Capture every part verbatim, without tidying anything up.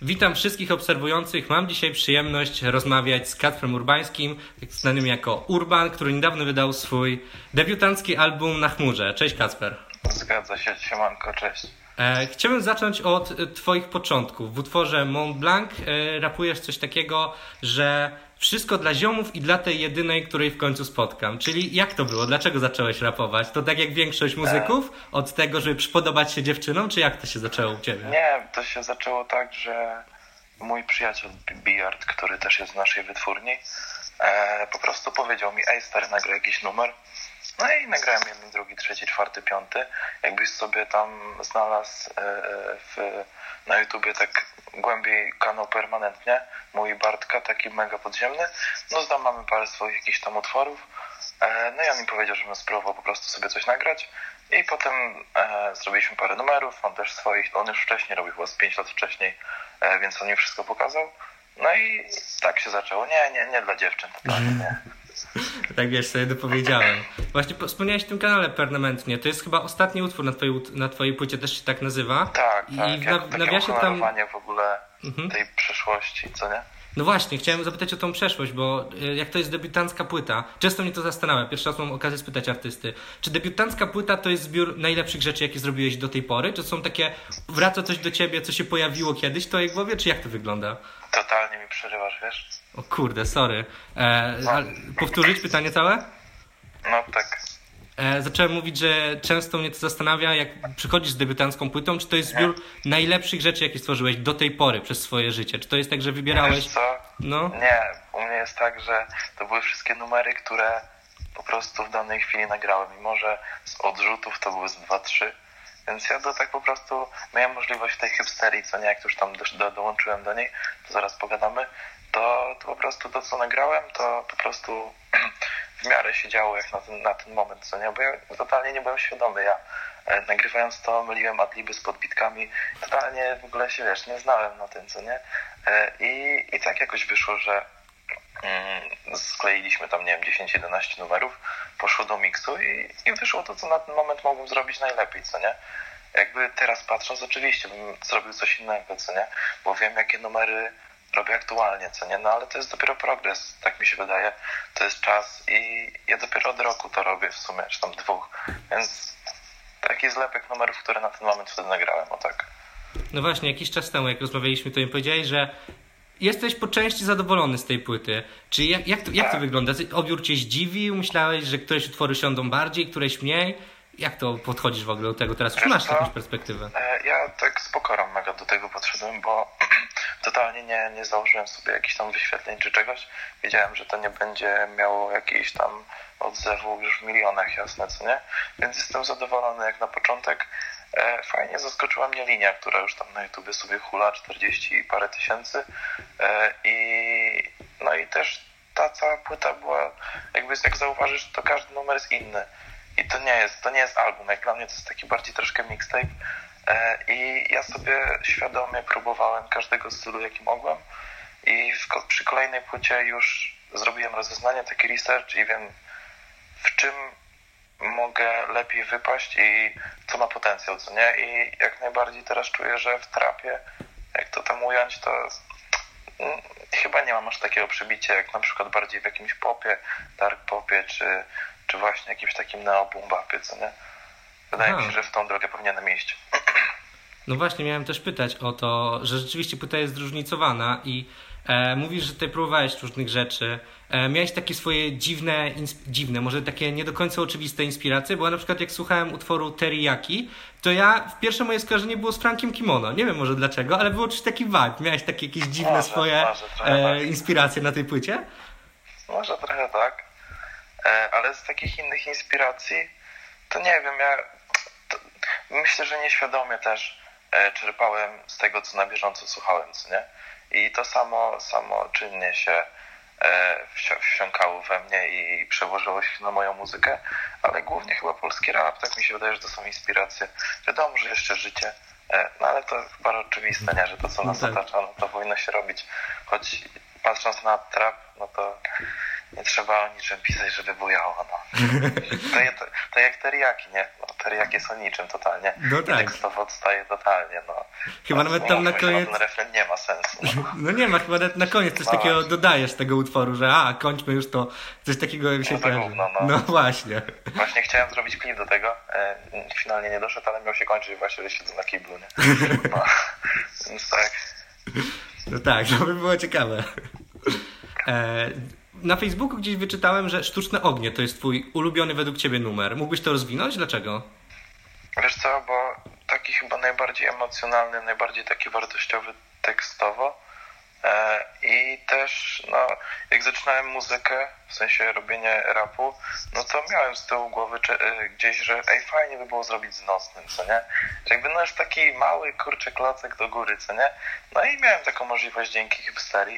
Witam wszystkich obserwujących. Mam dzisiaj przyjemność rozmawiać z Kacprem Urbańskim, znanym jako Urban, który niedawno wydał swój debiutancki album Na chmurze. Cześć Kacper. Zgadza się, siemanko, cześć. E, chciałbym zacząć od twoich początków. W utworze Mont Blanc e, rapujesz coś takiego, że wszystko dla ziomów i dla tej jedynej, której w końcu spotkam. Czyli jak to było? Dlaczego zacząłeś rapować? To tak jak większość muzyków? Od tego, żeby przypodobać się dziewczynom? Czy jak to się zaczęło u ciebie? Nie, to się zaczęło tak, że mój przyjaciel Biyard, który też jest w naszej wytwórni, e, po prostu powiedział mi: ej stary, nagraj jakiś numer. No i nagrałem jeden, drugi, trzeci, czwarty, piąty. Jakbyś sobie tam znalazł e, w, na YouTubie tak głębiej kanał Permanentnie, mój Bartka, taki mega podziemny, no tam mamy parę swoich jakichś tam utworów. E, no i on mi powiedział, żebym spróbował po prostu sobie coś nagrać. I potem e, zrobiliśmy parę numerów, on też swoich, on już wcześniej robił, chyba z pięć lat wcześniej, e, więc on mi wszystko pokazał. No i tak się zaczęło. Nie, nie, nie dla dziewczyn, totalnie nie. Tak wiesz, sobie dopowiedziałem. Właśnie wspomniałeś o tym kanale Permanentnie. To jest chyba ostatni utwór na twojej, na twojej płycie, też się tak nazywa. Tak, I tak. w Jako na, nawiasie tam w ogóle mhm. tej przeszłości, co nie? No właśnie, chciałem zapytać o tą przeszłość, bo jak to jest debiutancka płyta, często mnie to zastanawia, pierwszy raz mam okazję spytać artysty, czy debiutancka płyta to jest zbiór najlepszych rzeczy, jakie zrobiłeś do tej pory? Czy są takie, wraca coś do ciebie, co się pojawiło kiedyś w twojej głowie, czy jak to wygląda? Totalnie mi przerywasz, wiesz? O kurde, sorry. E, no. Powtórzyć pytanie całe? No tak. E, zacząłem mówić, że często mnie to zastanawia, jak przychodzisz z debiutancką płytą, czy to jest zbiór nie. najlepszych rzeczy, jakie stworzyłeś do tej pory przez swoje życie? Czy to jest tak, że wybierałeś... Wiesz co? No? Nie, u mnie jest tak, że to były wszystkie numery, które po prostu w danej chwili nagrałem. Mimo że z odrzutów to były z dwa trzy, więc ja to tak po prostu miałem możliwość tej hipsterii, co nie, jak już tam do, do, dołączyłem do niej, to zaraz pogadamy, to, to po prostu to, co nagrałem, to po prostu w miarę się działo jak na ten, na ten moment, co nie, bo ja totalnie nie byłem świadomy, ja e, nagrywając to myliłem adliby z podbitkami, totalnie w ogóle się, wiesz, nie znałem na tym, co nie, e, i, i tak jakoś wyszło, że mm, skleiliśmy tam, nie wiem, dziesięć jedenaście numerów, poszło do miksu i, i wyszło to, co na ten moment mogłem zrobić najlepiej, co nie. Jakby teraz patrząc, oczywiście bym zrobił coś innego, co nie, bo wiem, jakie numery robię aktualnie, co nie, no ale to jest dopiero progres, tak mi się wydaje, to jest czas i ja dopiero od roku to robię w sumie, czy tam dwóch, więc taki zlepek numerów, które na ten moment wtedy nagrałem, o tak. No właśnie, jakiś czas temu, jak rozmawialiśmy, to mi powiedziałeś, że jesteś po części zadowolony z tej płyty. Czy jak, jak, to, jak to wygląda? Odbiór cię zdziwił? Myślałeś, że któreś utwory siądą bardziej, któreś mniej? Jak to podchodzisz w ogóle do tego teraz? Już masz jakąś perspektywę? Ja tak z pokorą mega do tego podszedłem, bo totalnie nie, nie założyłem sobie jakichś tam wyświetleń czy czegoś. Wiedziałem, że to nie będzie miało jakiejś tam odzewu już w milionach, jasne, co nie? Więc jestem zadowolony jak na początek. Fajnie zaskoczyła mnie linia, która już tam na YouTubie sobie hula czterdzieści i parę tysięcy. I no i też ta cała płyta była, jakby jak zauważysz, to każdy numer jest inny. I to nie jest, to nie jest album, jak dla mnie to jest taki bardziej troszkę mixtape. I ja sobie świadomie próbowałem każdego stylu, jaki mogłem. I w, przy kolejnej płycie już zrobiłem rozeznanie, taki research i wiem, w czym mogę lepiej wypaść i co ma potencjał, co nie? I jak najbardziej teraz czuję, że w trapie, jak to tam ująć, to mm, chyba nie mam aż takiego przebicia, jak na przykład bardziej w jakimś popie, dark popie, czy, czy właśnie jakimś takim neo-boom-bapie, co nie? Wydaje Aha. mi się, że w tą drogę powinienem iść. No właśnie, miałem też pytać o to, że rzeczywiście płyta jest zróżnicowana i e, mówisz, że ty próbowałeś różnych rzeczy. E, miałeś takie swoje dziwne, insp- dziwne, może takie nie do końca oczywiste inspiracje, bo na przykład jak słuchałem utworu Teriyaki, to ja, w pierwsze moje skojarzenie było z Frankiem Kimono. Nie wiem może dlaczego, ale było coś taki vibe. Miałeś takie jakieś dziwne może, swoje może, e, tak. inspiracje na tej płycie? Może trochę tak, e, ale z takich innych inspiracji to nie wiem, ja to, myślę, że nieświadomie też czerpałem z tego, co na bieżąco słuchałem, co nie? I to samo, samo czynnie się e, wsiąkało we mnie i przełożyło się na moją muzykę, ale głównie chyba polski rap, tak mi się wydaje, że to są inspiracje. Wiadomo, że jeszcze życie, e, no ale to chyba oczywiste, nie? Że to, co nas otacza, no to powinno się robić. Choć patrząc na trap, no to nie trzeba o niczym pisać, żeby bujało, no. To, to, to jak teriyaki, nie? No, teriyaki są niczym totalnie. No tak. I tekstowo odstaje totalnie, no. Chyba no, nawet tam na koniec... Ten refren nie ma sensu, no. No nie ma, chyba nawet na koniec coś no takiego właśnie. Dodajesz tego utworu, że a, kończmy już to, coś takiego mi się no kojarzy. Gówno, no. No właśnie. Właśnie chciałem zrobić klip do tego, e, finalnie nie doszedł, ale miał się kończyć właśnie, że siedzę na kiblu, nie? No, więc tak. No tak, to by było ciekawe. E, na Facebooku gdzieś wyczytałem, że Sztuczne Ognie to jest twój ulubiony według ciebie numer. Mógłbyś to rozwinąć? Dlaczego? Wiesz co, bo taki chyba najbardziej emocjonalny, najbardziej taki wartościowy tekstowo e, i też no, jak zaczynałem muzykę, w sensie robienie rapu, no to miałem z tyłu głowy czy, e, gdzieś, że ej, fajnie by było zrobić z Nocnym, co nie? Że jakby no jest taki mały, kurczę, klocek do góry, co nie? No i miałem taką możliwość dzięki hipsterii.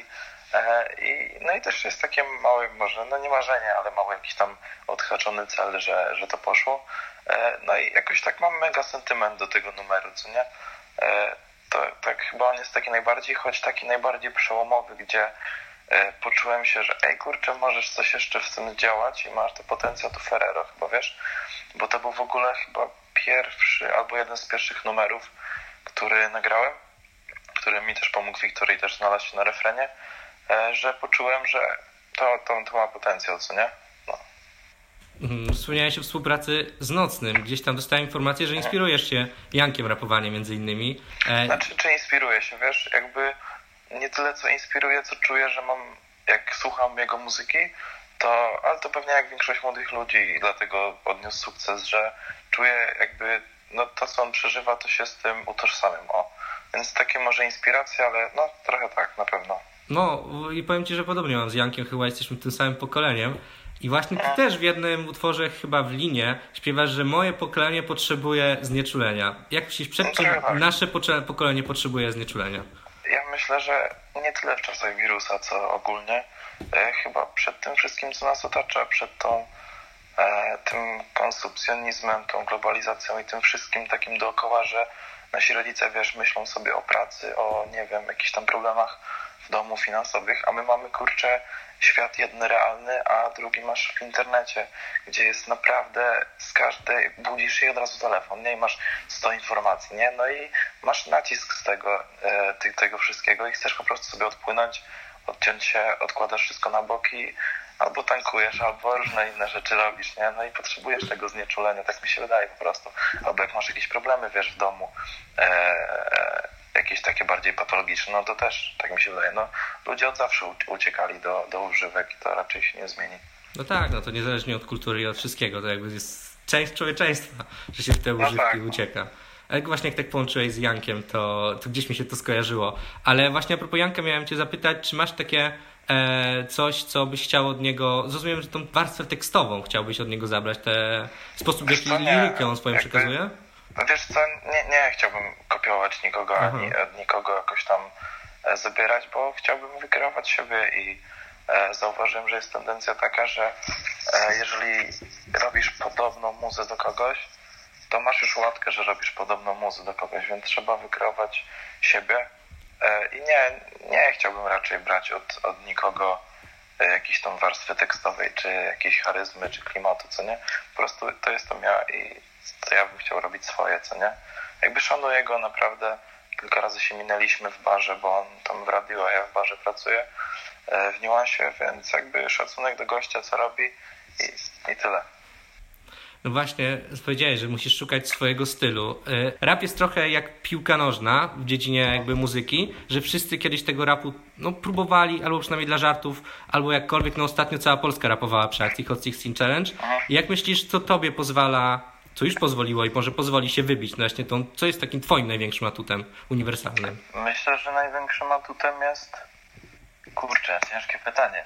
I, no i też jest takie małe, może, no nie marzenie, ale mały jakiś tam odhaczony cel, że, że to poszło. No i jakoś tak mam mega sentyment do tego numeru, co nie? To tak chyba on jest taki najbardziej, choć taki najbardziej przełomowy, gdzie poczułem się, że ej kurczę, możesz coś jeszcze w tym działać i masz to potencjał do Ferrero chyba, wiesz? Bo to był w ogóle chyba pierwszy albo jeden z pierwszych numerów, który nagrałem, który mi też pomógł Wiktor i też znalazł się na refrenie, że poczułem, że to, to, to ma potencjał, co nie? No. Wspomniałeś o współpracy z Nocnym. Gdzieś tam dostałem informację, że inspirujesz się Jankiem Rapowanie między innymi. Znaczy, czy inspiruję się, wiesz? Jakby nie tyle, co inspiruję, co czuję, że mam, jak słucham jego muzyki, to, ale to pewnie jak większość młodych ludzi i dlatego odniósł sukces, że czuję jakby, no to, co on przeżywa, to się z tym utożsamiam, o. Więc takie może inspiracje, ale no trochę tak, na pewno. No i powiem ci, że podobnie mam z Jankiem, chyba jesteśmy tym samym pokoleniem. I właśnie ty też w jednym utworze, chyba w Linie, śpiewasz, że moje pokolenie potrzebuje znieczulenia. Jak myślisz, przed czym nasze pokolenie potrzebuje znieczulenia? Ja myślę, że nie tyle w czasach wirusa, co ogólnie. E, chyba przed tym wszystkim, co nas otacza, przed tą, e, tym konsumpcjonizmem, tą globalizacją i tym wszystkim takim dookoła, że nasi rodzice, wiesz, myślą sobie o pracy, o, nie wiem, jakichś tam problemach w domu finansowych, a my mamy, kurczę, świat jeden realny, a drugi masz w internecie, gdzie jest naprawdę z każdej, budzisz się i od razu telefon, nie? I masz sto informacji, nie? No i masz nacisk z tego, e, ty, tego wszystkiego i chcesz po prostu sobie odpłynąć, odciąć się, odkładasz wszystko na boki, albo tankujesz, albo różne inne rzeczy robisz, nie? No i potrzebujesz tego znieczulenia, tak mi się wydaje po prostu. Albo jak masz jakieś problemy, wiesz, w domu, e, e, jakieś takie bardziej patologiczne, no to też, tak mi się wydaje, no ludzie od zawsze uciekali do, do używek i to raczej się nie zmieni. No tak, no to niezależnie od kultury i od wszystkiego, to jakby jest część człowieczeństwa, że się w te używki no tak. ucieka. Ale właśnie jak tak połączyłeś z Jankiem, to, to gdzieś mi się to skojarzyło. Ale właśnie a propos Janka miałem cię zapytać, czy masz takie e, coś, co byś chciał od niego, zrozumiem, że tą warstwę tekstową chciałbyś od niego zabrać, te sposób, w jaki lirykę on swoją jakby... przekazuje? Wiesz co, nie, nie chciałbym kopiować nikogo, Aha. ani od nikogo jakoś tam e, zabierać, bo chciałbym wykreować siebie i e, zauważyłem, że jest tendencja taka, że e, jeżeli robisz podobną muzę do kogoś, to masz już łatkę, że robisz podobną muzę do kogoś, więc trzeba wykreować siebie e, i nie, nie chciałbym raczej brać od, od nikogo e, jakiejś tam warstwy tekstowej, czy jakiejś charyzmy, czy klimatu, co nie? Po prostu to jestem ja i to ja bym chciał robić swoje, co nie? Jakby szanuję go naprawdę. Kilka razy się minęliśmy w barze, bo on tam w radiu, a ja w barze pracuję w niuansie, więc jakby szacunek do gościa, co robi i, i tyle. No właśnie, powiedziałeś, że musisz szukać swojego stylu. Rap jest trochę jak piłka nożna w dziedzinie jakby muzyki, że wszyscy kiedyś tego rapu no, próbowali, albo przynajmniej dla żartów, albo jakkolwiek, no ostatnio cała Polska rapowała przy akcji Hot Sixteen Challenge. I jak myślisz, co tobie pozwala, co już pozwoliło i może pozwoli się wybić, no właśnie tą, co jest takim twoim największym atutem uniwersalnym? Myślę, że największym atutem jest, kurczę, ciężkie pytanie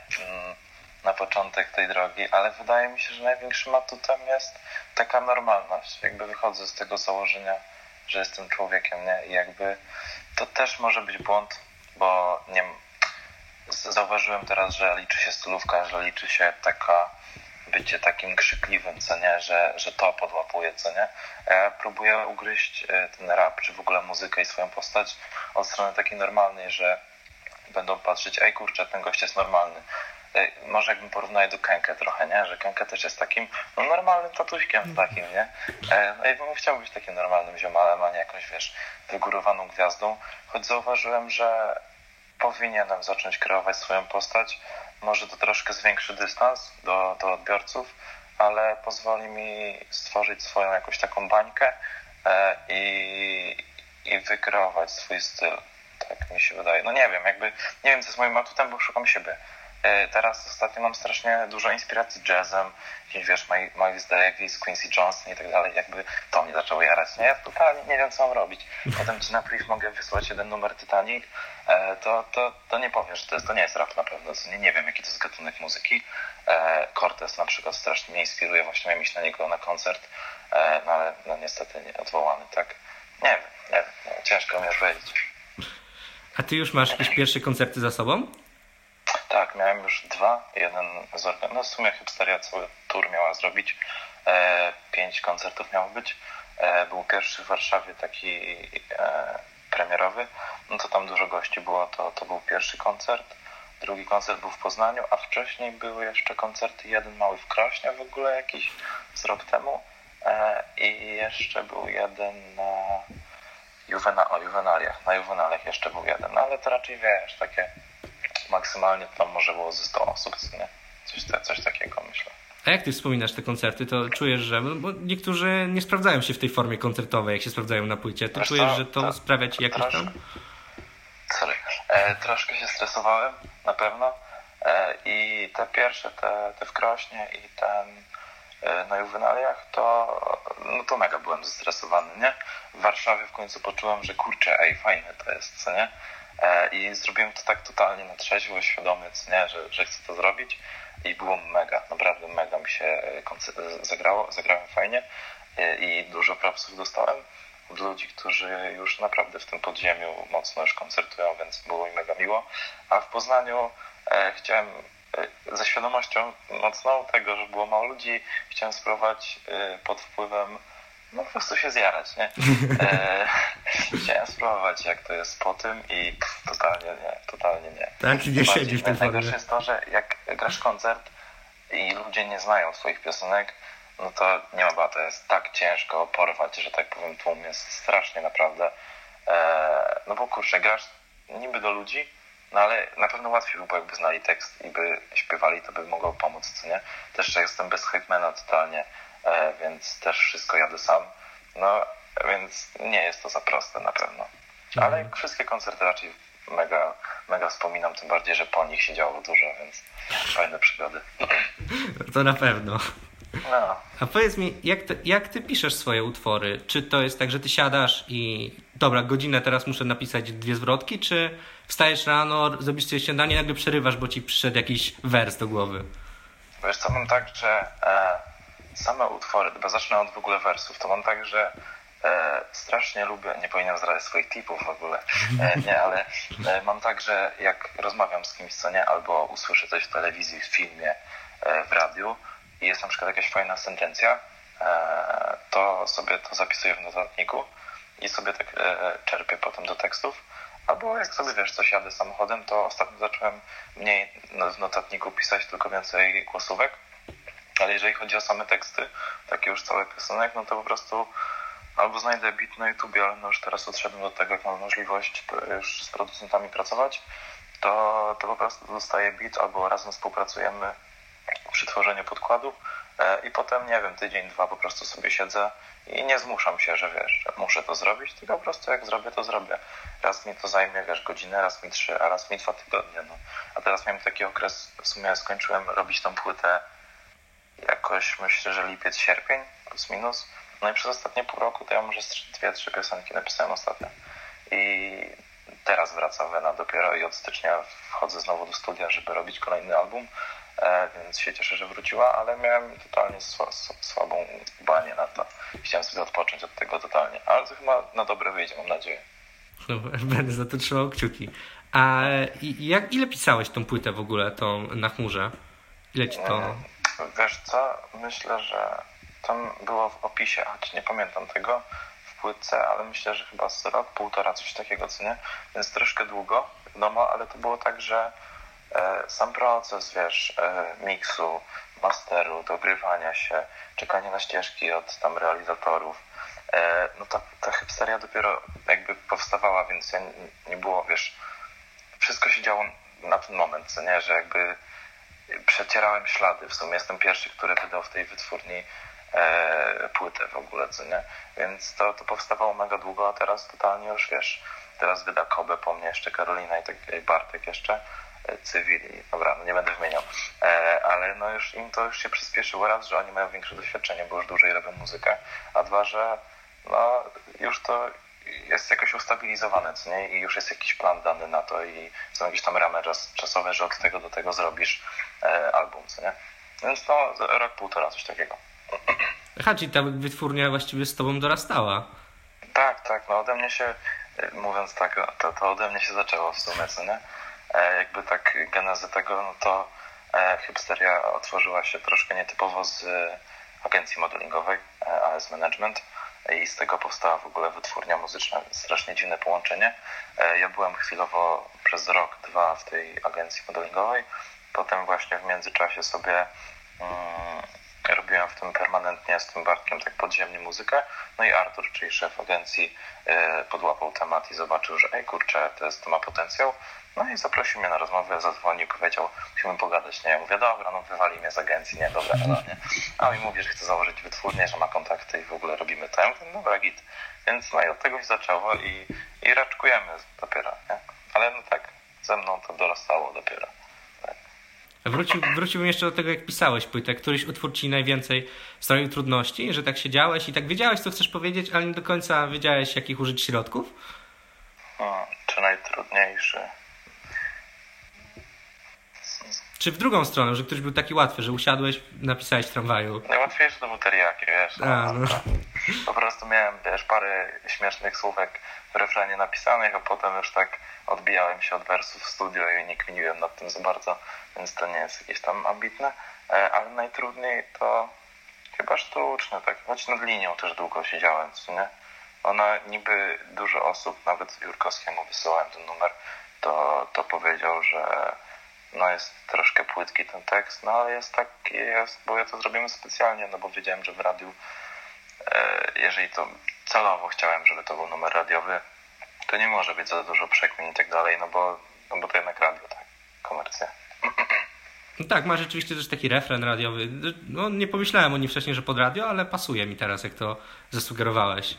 na początek tej drogi, ale wydaje mi się, że największym atutem jest taka normalność. Jakby wychodzę z tego założenia, że jestem człowiekiem, nie? I jakby to też może być błąd, bo nie zauważyłem teraz, że liczy się stylówka, że liczy się taka bycie takim krzykliwym, co nie, że, że to podłapuje, co nie. Ja próbuję ugryźć ten rap, czy w ogóle muzykę i swoją postać od strony takiej normalnej, że będą patrzeć, ej kurczę, ten gość jest normalny. może jakbym porównał do Kenke trochę, nie? Że Kenke też jest takim no, normalnym tatuśkiem takim, nie? No i bym chciał być takim normalnym ziomalem, a nie jakąś, wiesz, wygórowaną gwiazdą. Choć zauważyłem, że powinienem zacząć kreować swoją postać. Może to troszkę zwiększy dystans do, do odbiorców, ale pozwoli mi stworzyć swoją jakąś taką bańkę e, i, i wykreować swój styl. Tak mi się wydaje. No nie wiem, jakby nie wiem co jest moim atutem, bo szukam siebie. E, teraz ostatnio mam strasznie dużo inspiracji jazzem, jakimś, wiesz, Miles Davis, Quincy Jones i tak dalej. Jakby to mnie zaczęło jarać. Nie? Ja totalnie nie wiem co mam robić. Potem ci na priv mogę wysłać jeden numer Titanic, e, to, to, to nie powiesz, że to, jest, to nie jest rap na pewno. Nie, nie wiem jaki to jest gatunek muzyki. E, Cortez na przykład strasznie mnie inspiruje, właśnie miałem iść na niego na koncert, e, no ale no, niestety nie odwołany, tak? Nie wiem, nie wiem, no, ciężko mi powiedzieć. A ty już masz jakieś pierwsze koncerty za sobą? Tak, miałem już dwa. Jeden z no w sumie Hipsteria cały tour miała zrobić. E, pięć koncertów miało być. E, był pierwszy w Warszawie taki e, premierowy. No to tam dużo gości było, to, to był pierwszy koncert. Drugi koncert był w Poznaniu, a wcześniej były jeszcze koncerty. Jeden mały w Krośnie w ogóle jakiś z rok temu. E, I jeszcze był jeden na Juwena, o Juwenaliach. Na Juwenaliach jeszcze był jeden. No ale to raczej wiesz, takie maksymalnie to tam może było ze sto osób, nie? Coś, coś takiego myślę. A jak ty wspominasz te koncerty, to czujesz, że bo niektórzy nie sprawdzają się w tej formie koncertowej, jak się sprawdzają na płycie. Ty Wiesz czujesz, co? że to, to sprawia ci jakieś trosz... tam? Sorry. E, troszkę się stresowałem, na pewno. E, I te pierwsze, te, te w Krośnie i ten e, na Juwenaliach, to, no to mega byłem zestresowany, nie? W Warszawie w końcu poczułem, że kurczę, ej, fajne to jest, co nie? I zrobiłem to tak totalnie na trzeźwo, świadomie, nie, że, że chcę to zrobić i było mega, naprawdę mega mi się zagrało, zagrałem fajnie i dużo propsów dostałem od ludzi, którzy już naprawdę w tym podziemiu mocno już koncertują, więc było mi mega miło. A w Poznaniu e, chciałem e, ze świadomością mocną tego, że było mało ludzi, chciałem spróbować e, pod wpływem no po prostu się zjarać, nie? E, chciałem spróbować jak to jest po tym i pff, totalnie nie, totalnie nie. Tak, nie siedzi w tym formie. Najgorsze jest to, że jak grasz koncert i ludzie nie znają twoich piosenek, no to nie ma bata, jest tak ciężko porwać, że tak powiem, tłum jest strasznie naprawdę. E, no bo kurczę, grasz niby do ludzi, no ale na pewno łatwiej by było, jakby znali tekst i by śpiewali, to by mogło pomóc, co nie? Też że jestem bez hypemana totalnie, e, więc też wszystko jadę sam. No, więc nie jest to za proste na pewno. Ale mhm. wszystkie koncerty raczej mega, mega wspominam, tym bardziej, że po nich się działo dużo, więc fajne przygody. To na pewno. No. A powiedz mi, jak, to, jak ty piszesz swoje utwory? Czy to jest tak, że ty siadasz i dobra, godzinę teraz muszę napisać dwie zwrotki, czy wstajesz rano, zrobisz sobie śniadanie i nagle przerywasz, bo ci przyszedł jakiś wers do głowy? Wiesz co, mam tak, że e, same utwory, bo zacznę od w ogóle wersów, to mam tak, że e, strasznie lubię, nie powinienem zdradzać swoich tipów w ogóle, e, nie, ale e, mam tak, że jak rozmawiam z kimś, co nie, albo usłyszę coś w telewizji, w filmie, e, w radiu, i jest na przykład jakaś fajna sentencja, e, to sobie to zapisuję w notatniku i sobie tak e, czerpię potem do tekstów. Albo jak sobie, wiesz, coś jadę samochodem, to ostatnio zacząłem mniej w notatniku pisać, tylko więcej głosówek. Ale jeżeli chodzi o same teksty, takie już całe piosenek, no to po prostu albo znajdę beat na YouTubie, ale no już teraz odszedłem do tego, jak mam możliwość już z producentami pracować, to, to po prostu dostaję beat albo razem współpracujemy przy tworzeniu podkładu i potem, nie wiem, tydzień, dwa po prostu sobie siedzę i nie zmuszam się, że wiesz, że muszę to zrobić, tylko po prostu jak zrobię, to zrobię. Raz mi to zajmie, wiesz, godzinę, raz mi trzy, a raz mi dwa tygodnie, no. A teraz miałem taki okres, w sumie skończyłem robić tą płytę jakoś, myślę, że lipiec, sierpień, plus minus. No i przez ostatnie pół roku to ja może dwie, trzy piosenki napisałem ostatnio. I teraz wraca wena dopiero i od stycznia wchodzę znowu do studia, żeby robić kolejny album. Więc się cieszę, że wróciła, ale miałem totalnie słabą banię na to. Chciałem sobie odpocząć od tego totalnie, ale to chyba na dobre wyjdzie, mam nadzieję. No, będę za to trzymał kciuki. A jak, ile pisałeś tą płytę w ogóle, tą na chmurze? Ile ci to... Wiesz co, myślę, że tam było w opisie, choć nie pamiętam tego, w płytce, ale myślę, że chyba z rok, półtora, coś takiego, co nie? Więc troszkę długo, wiadomo, ale to było tak, że e, sam proces, wiesz, e, miksu, masteru, dogrywania się, czekanie na ścieżki od tam realizatorów, e, no ta, ta hipsteria dopiero jakby powstawała, więc ja nie, nie było, wiesz, wszystko się działo na ten moment, co nie, że jakby przecierałem ślady. W sumie jestem pierwszy, który wydał w tej wytwórni e, płytę w ogóle, co nie? Więc to, to powstawało mega długo, a teraz totalnie już, wiesz, teraz wyda Kobe po mnie, jeszcze Karolina i tak i Bartek jeszcze, e, Cywil i dobra, no nie będę wymieniał. E, ale no już im to już się przyspieszyło. Raz, że oni mają większe doświadczenie, bo już dłużej robią muzykę, a dwa, że no już to jest jakoś ustabilizowane, co nie? I już jest jakiś plan dany na to i są jakieś tam ramy czas, czasowe, że od tego do tego zrobisz e, album, co nie? Więc no, rok, półtora, coś takiego. Aha, czyli ta wytwórnia właściwie z tobą dorastała. Tak, tak, no ode mnie się, mówiąc tak, to, to ode mnie się zaczęło w sumie, co nie? E, jakby tak genezę tego, no to e, hipsteria otworzyła się troszkę nietypowo z e, agencji modelingowej e, A S Management. I z tego powstała w ogóle wytwórnia muzyczna. Strasznie dziwne połączenie. Ja byłem chwilowo przez rok, dwa w tej agencji modelingowej. Potem właśnie w międzyczasie sobie mm, robiłem w tym permanentnie z tym Bartkiem tak podziemnie muzykę. No i Artur, czyli szef agencji, yy, podłapał temat i zobaczył, że ej kurczę, to, jest, to ma potencjał. No i zaprosił mnie na rozmowę, zadzwonił, powiedział, musimy pogadać, nie? Ja mówię, dobra, no wywali mnie z agencji, nie? Dobra, no nie. A mi mówi, że chce założyć wytwórnię, że ma kontakty i w ogóle robimy to. Ja mówię, dobra, git. Więc no i od tego się zaczęło i, i raczkujemy dopiero, nie? Ale no tak, ze mną to dorastało dopiero. Tak. Wrócił, wróciłbym jeszcze do tego, jak pisałeś płytę. Któryś utwór ci najwięcej sprawił trudności, że tak siedziałeś i tak wiedziałeś, co chcesz powiedzieć, ale nie do końca wiedziałeś, jakich użyć środków? Hmm, czy najtrudniejszy? Czy w drugą stronę, że ktoś był taki łatwy, że usiadłeś, napisałeś w tramwaju? Najłatwiejsze to był teriyaki, wiesz. No, A, no. Po prostu miałem, wiesz, parę śmiesznych słówek w refrenie napisanych, a potem już tak odbijałem się od wersów w studio i nie kminiłem nad tym za bardzo, więc to nie jest jakieś tam ambitne. Ale najtrudniej to chyba sztuczne, tak. Choć nad linią też długo siedziałem, co nie? Ona niby dużo osób, nawet Jurkowskiemu wysyłałem ten numer, to, to powiedział, że no jest troszkę płytki ten tekst, no ale jest taki, jest, bo ja to zrobimy specjalnie, no bo wiedziałem, że w radiu, e, jeżeli to celowo chciałem, żeby to był numer radiowy, to nie może być za dużo przekmin i tak dalej, no bo, no bo to jednak radio, tak, komercja. No tak, ma rzeczywiście też taki refren radiowy. No nie pomyślałem o nim wcześniej, że pod radio, ale pasuje mi teraz, jak to zasugerowałeś.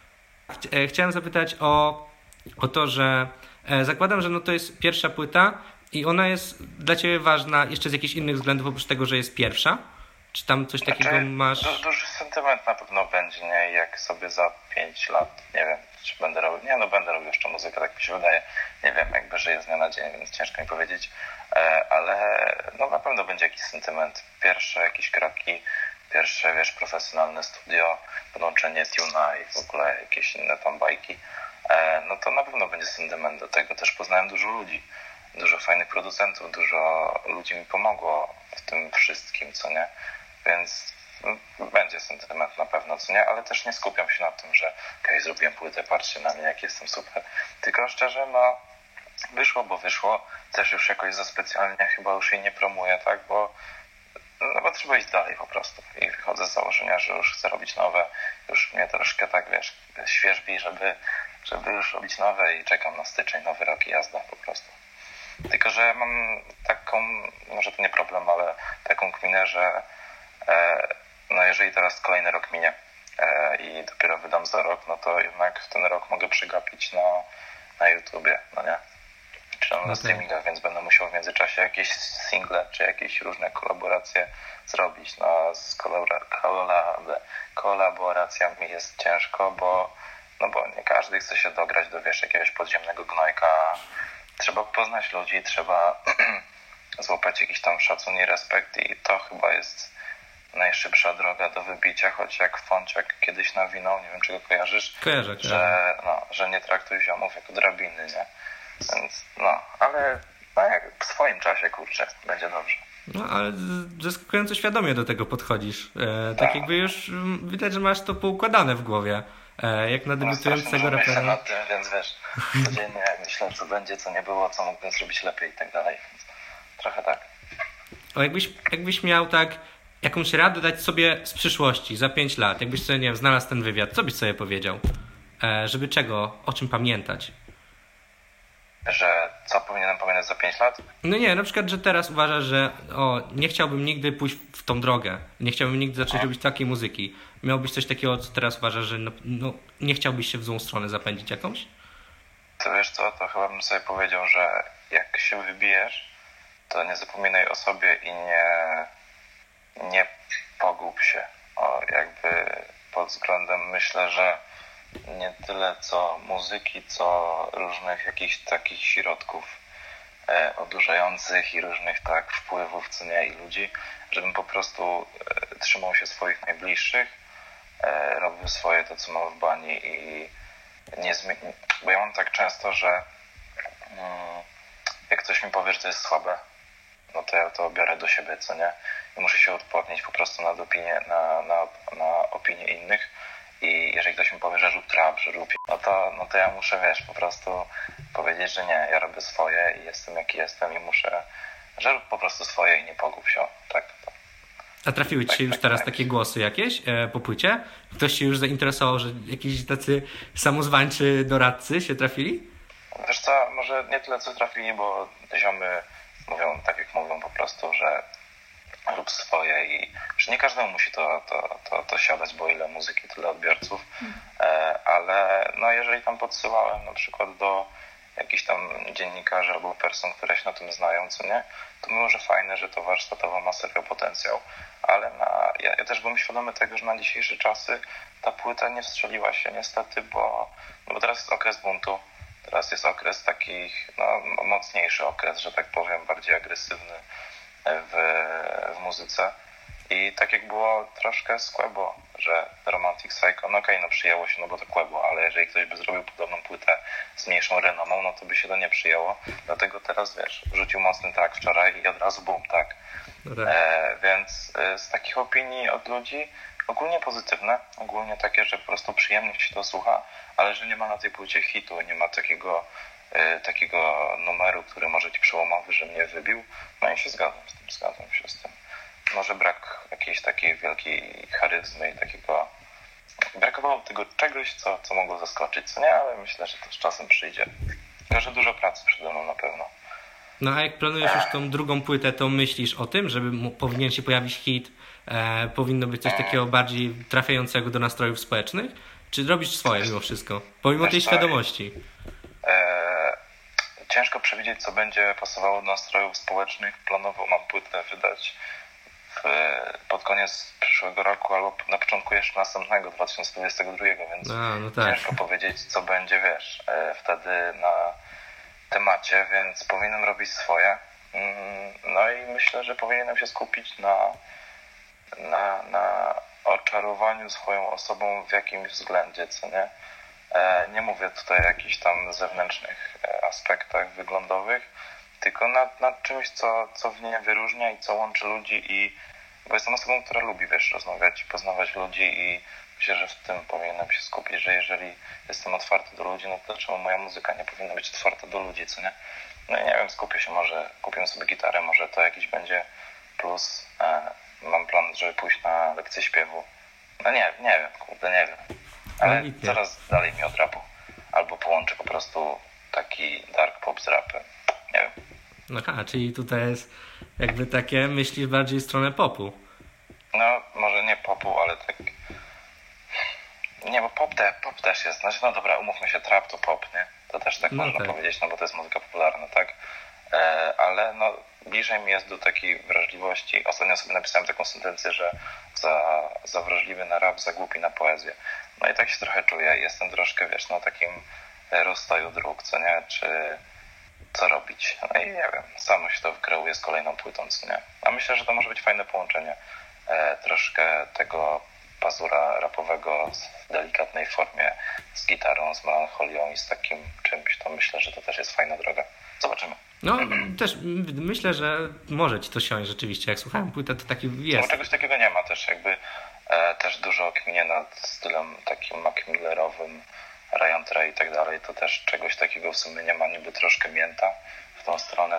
Chciałem zapytać o, o to, że e, zakładam, że no to jest pierwsza płyta, i ona jest dla ciebie ważna jeszcze z jakichś innych względów, oprócz tego, że jest pierwsza? Czy tam coś takiego znaczy, masz? Du- duży sentyment na pewno będzie, nie? Jak sobie za pięć lat, nie wiem, czy będę robił, nie no będę robił jeszcze muzykę, tak mi się wydaje. Nie wiem, jakby żyję z dnia na dzień, więc ciężko mi powiedzieć. E, ale no na pewno będzie jakiś sentyment. Pierwsze jakieś kroki, pierwsze, wiesz, profesjonalne studio, podłączenie tuna i w ogóle jakieś inne tam bajki. E, no to na pewno będzie sentyment do tego. Też poznałem dużo ludzi. Dużo fajnych producentów, dużo ludzi mi pomogło w tym wszystkim, co nie? Więc no, będzie sentyment na pewno, co nie? Ale też nie skupiam się na tym, że okej, okay, zrobiłem płytę, patrzcie na mnie, jak jestem super. Tylko szczerze, no wyszło, bo wyszło. Też już jakoś za specjalnie chyba już jej nie promuję, tak? Bo no bo trzeba iść dalej po prostu. I wychodzę z założenia, że już chcę robić nowe. Już mnie troszkę tak, wiesz, świeżbi, żeby, żeby już robić nowe i czekam na styczeń, nowy rok i jazda po prostu. Tylko, że mam taką, może to nie problem, ale taką kminę, że e, no jeżeli teraz kolejny rok minie e, i dopiero wydam za rok, no to jednak w ten rok mogę przegapić na, na YouTubie, no nie? Czy tam na streamingach, więc będę musiał w międzyczasie jakieś single, czy jakieś różne kolaboracje zrobić. No z kolabora- kolab- kolaboracjami jest ciężko, bo no bo nie każdy chce się dograć do, wiesz, jakiegoś podziemnego gnojka. Trzeba poznać ludzi, trzeba złapać jakiś tam szacun i respekt i to chyba jest najszybsza droga do wybicia, choć jak Fonciak kiedyś nawinął, nie wiem czy go kojarzysz, Kojarzę, że, no, że nie traktuj ziomów jako drabiny, nie? Więc no, ale no, jak w swoim czasie, kurczę, będzie dobrze. No, ale zaskakująco świadomie do tego podchodzisz. E, tak, tak jakby już m, widać, że masz to poukładane w głowie. E, jak na debiutującego no, rapera. nad tym, więc wiesz, codziennie myślę, co będzie, co nie było, co mógłbym zrobić lepiej i tak dalej. Więc trochę tak. O, jakbyś, jakbyś miał tak jakąś radę dać sobie z przyszłości, za pięć lat, jakbyś sobie, nie wiem, znalazł ten wywiad, co byś sobie powiedział? E, żeby czego, o czym pamiętać? Że co powinienem pamiętać za pięć lat? No nie, na przykład, że teraz uważasz, że o, nie chciałbym nigdy pójść w tą drogę, nie chciałbym nigdy zacząć Mhm. robić takiej muzyki. Miałbyś coś takiego, co teraz uważasz, że no, no, nie chciałbyś się w złą stronę zapędzić jakąś? To wiesz co, to chyba bym sobie powiedział, że jak się wybijesz, to nie zapominaj o sobie i nie, nie pogub się. O, jakby pod względem myślę, że nie tyle co muzyki, co różnych jakichś takich środków e, odurzających i różnych tak wpływów, co nie, i ludzi, żebym po prostu e, trzymał się swoich najbliższych, e, robił swoje to, co mam w bani i nie zmienił. Bo ja mam tak często, że mm, jak ktoś mi powie, że to jest słabe, no to ja to biorę do siebie, co nie? I muszę się odpłatnić po prostu na opinię, na, na, na opinię innych. I jeżeli ktoś mi powie, że rób trap, że rób, no to, no to ja muszę, wiesz, po prostu powiedzieć, że nie, ja robię swoje i jestem jaki jestem i muszę, że rób po prostu swoje i nie pogub się. Tak. To. A trafiły ci się Tak, już tak, teraz tak. takie głosy jakieś e, po płycie? Ktoś się już zainteresował, że jakiś tacy samozwańczy doradcy się trafili? Wiesz co, może nie tyle co trafili, bo ziomy mówią tak jak mówią po prostu, że rób swoje i że nie każdemu musi to, to, to, to siadać, bo ile muzyki, tyle odbiorców, e, ale no jeżeli tam podsyłałem na przykład do jakichś tam dziennikarzy albo person, które się na tym znają, co nie, to mimo, że fajne, że to warsztatowo ma serio potencjał, ale na, ja, ja też byłem świadomy tego, że na dzisiejsze czasy ta płyta nie wstrzeliła się niestety, bo, no bo teraz jest okres buntu, teraz jest okres takich, no mocniejszy okres, że tak powiem, bardziej agresywny w, w muzyce i tak jak było troszkę z Quebo, że Romantic Psycho, no okej, okay, no przyjęło się, no bo to Quebo, ale jeżeli ktoś by zrobił podobną płytę z mniejszą renomą, no to by się to nie przyjęło, dlatego teraz wiesz, rzucił mocny track wczoraj i od razu boom, tak? No tak. E, więc e, z takich opinii od ludzi ogólnie pozytywne, ogólnie takie, że po prostu przyjemnie się to słucha, ale że nie ma na tej płycie hitu, nie ma takiego takiego numeru, który może ci przełomowy, że mnie wybił. No i się zgadzam z tym, zgadzam się z tym. Może brak jakiejś takiej wielkiej charyzmy i takiego... Brakowało tego czegoś, co, co mogło zaskoczyć, co nie? Ale myślę, że to z czasem przyjdzie. Tylko, że dużo pracy przede mną na pewno. No a jak planujesz już tą drugą płytę, to myślisz o tym, żeby mu, powinien się pojawić hit, e, powinno być coś takiego bardziej trafiającego do nastrojów społecznych? Czy robisz swoje mimo wszystko? Pomimo tej świadomości. E, ciężko przewidzieć, co będzie pasowało do nastrojów społecznych. Planowo mam płytę wydać w, pod koniec przyszłego roku albo na początku jeszcze następnego, dwa tysiące dwudziestego drugiego, więc A, no tak. ciężko powiedzieć, co będzie, wiesz, e, wtedy na temacie, więc powinienem robić swoje. Mm, no i myślę, że powinienem się skupić na, na, na oczarowaniu swoją osobą w jakimś względzie, co nie? Nie mówię tutaj o jakichś tam zewnętrznych aspektach wyglądowych, tylko nad, nad czymś, co, co w niej wyróżnia i co łączy ludzi i bo jestem osobą, która lubi, wiesz, rozmawiać i poznawać ludzi i myślę, że w tym powinienem się skupić, że jeżeli jestem otwarty do ludzi, no to dlaczego moja muzyka nie powinna być otwarta do ludzi, co nie? No i nie wiem, skupię się, może kupię sobie gitarę, może to jakiś będzie plus. E, mam plan, żeby pójść na lekcję śpiewu. No nie, nie wiem, kurde, nie wiem. Ale No, coraz dalej mi od rapu. Albo połączę po prostu taki dark pop z rapem. Nie wiem. Aha, czyli tutaj jest jakby takie, myślisz bardziej w stronę popu. No, może nie popu, ale tak... Nie, bo pop, te, pop też jest. Znaczy, no dobra, umówmy się, trap to pop, nie? To też tak No można tak. powiedzieć, no bo to jest muzyka popularna, tak? E, ale no, bliżej mi jest do takiej wrażliwości. Ostatnio sobie napisałem taką sentencję, że za, za wrażliwy na rap, za głupi na poezję. No i tak się trochę czuję. Jestem troszkę, wiesz, no takim rozstaju dróg, co nie? Czy co robić? No i nie wiem, samo się to wykreuje z kolejną płytą, co nie? A myślę, że to może być fajne połączenie e, troszkę tego pazura rapowego w delikatnej formie z gitarą, z melancholią i z takim czymś, to myślę, że to też jest fajna droga. Zobaczymy. No, też myślę, że może ci to siąść rzeczywiście. Jak słuchałem płytę, to taki jest. No, czegoś takiego nie ma też, jakby e, też dużo kminie nad stylem takim Mac-Millerowym, Ryan Trey i tak dalej, to też czegoś takiego w sumie nie ma, niby troszkę mięta w tą stronę,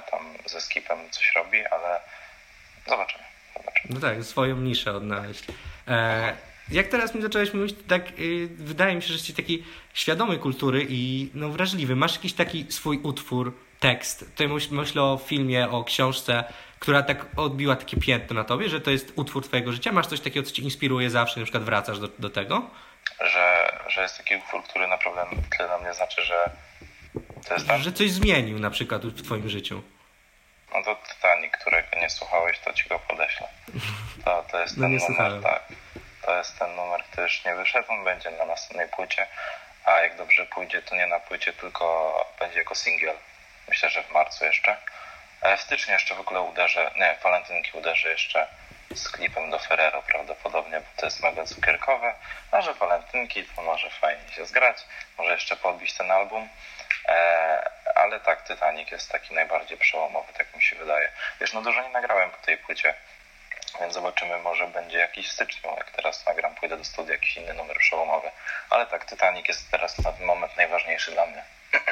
tam ze skipem coś robi, ale zobaczymy. zobaczymy. No tak, swoją niszę odnaleźć. E, jak teraz mi zacząłeś mówić, tak y, wydaje mi się, że jesteś taki świadomy kultury i no, wrażliwy. Masz jakiś taki swój utwór, tekst. Tutaj myśl, myślę o filmie, o książce, która tak odbiła takie piętno na tobie, że to jest utwór twojego życia. Masz coś takiego, co cię inspiruje zawsze, na przykład wracasz do, do tego? Że, że jest taki utwór, który naprawdę tyle dla mnie znaczy, że to jest tam... Że coś zmienił na przykład w twoim życiu. No to Titanic, którego nie słuchałeś, to ci go podeślę. To, to jest No ten nie numer, słuchałem. tak. To jest ten numer, który już nie wyszedł, on będzie na następnej płycie, a jak dobrze pójdzie, to nie na płycie, tylko będzie jako singiel. Myślę, że w marcu jeszcze. W styczniu jeszcze w ogóle uderzę, nie, w walentynki uderzę jeszcze z klipem do Ferrero prawdopodobnie, bo to jest mega cukierkowe, a że walentynki to może fajnie się zgrać, może jeszcze podbić ten album, e, ale tak, Titanic jest taki najbardziej przełomowy, tak mi się wydaje. Wiesz, no dużo nie nagrałem po tej płycie, więc zobaczymy, może będzie jakiś w styczniu, jak teraz nagram, pójdę do studia, jakiś inny numer przełomowy, ale tak, Titanic jest teraz na ten moment najważniejszy dla mnie.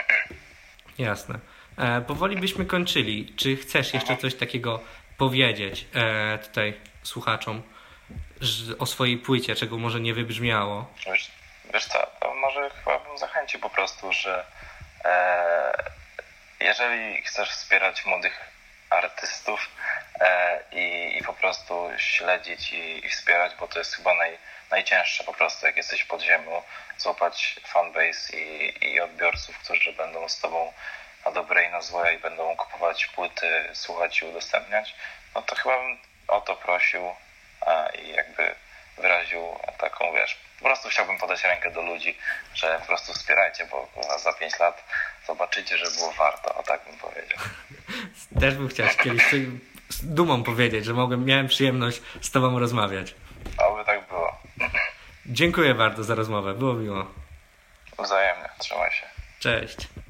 Jasne. E, powoli byśmy kończyli. Czy chcesz jeszcze coś takiego powiedzieć e, tutaj słuchaczom że, o swojej płycie, czego może nie wybrzmiało? Wiesz, wiesz co, to może chyba bym zachęcił po prostu, że e, jeżeli chcesz wspierać młodych artystów e, i, i po prostu śledzić i, i wspierać, bo to jest chyba naj, najcięższe po prostu, jak jesteś w podziemiu, złapać fanbase i, i odbiorców, którzy będą z tobą na dobre i na złe i będą kupować płyty, słuchać i udostępniać, no to chyba bym o to prosił a, i jakby wyraził taką, wiesz, po prostu chciałbym podać rękę do ludzi, że po prostu wspierajcie, bo za pięć lat zobaczycie, że było warto, o tak bym powiedział. Też bym chciał kiedyś z dumą powiedzieć, że mogłem, miałem przyjemność z tobą rozmawiać. Oby tak było. Dziękuję bardzo za rozmowę, było miło. Wzajemnie, trzymaj się. Cześć.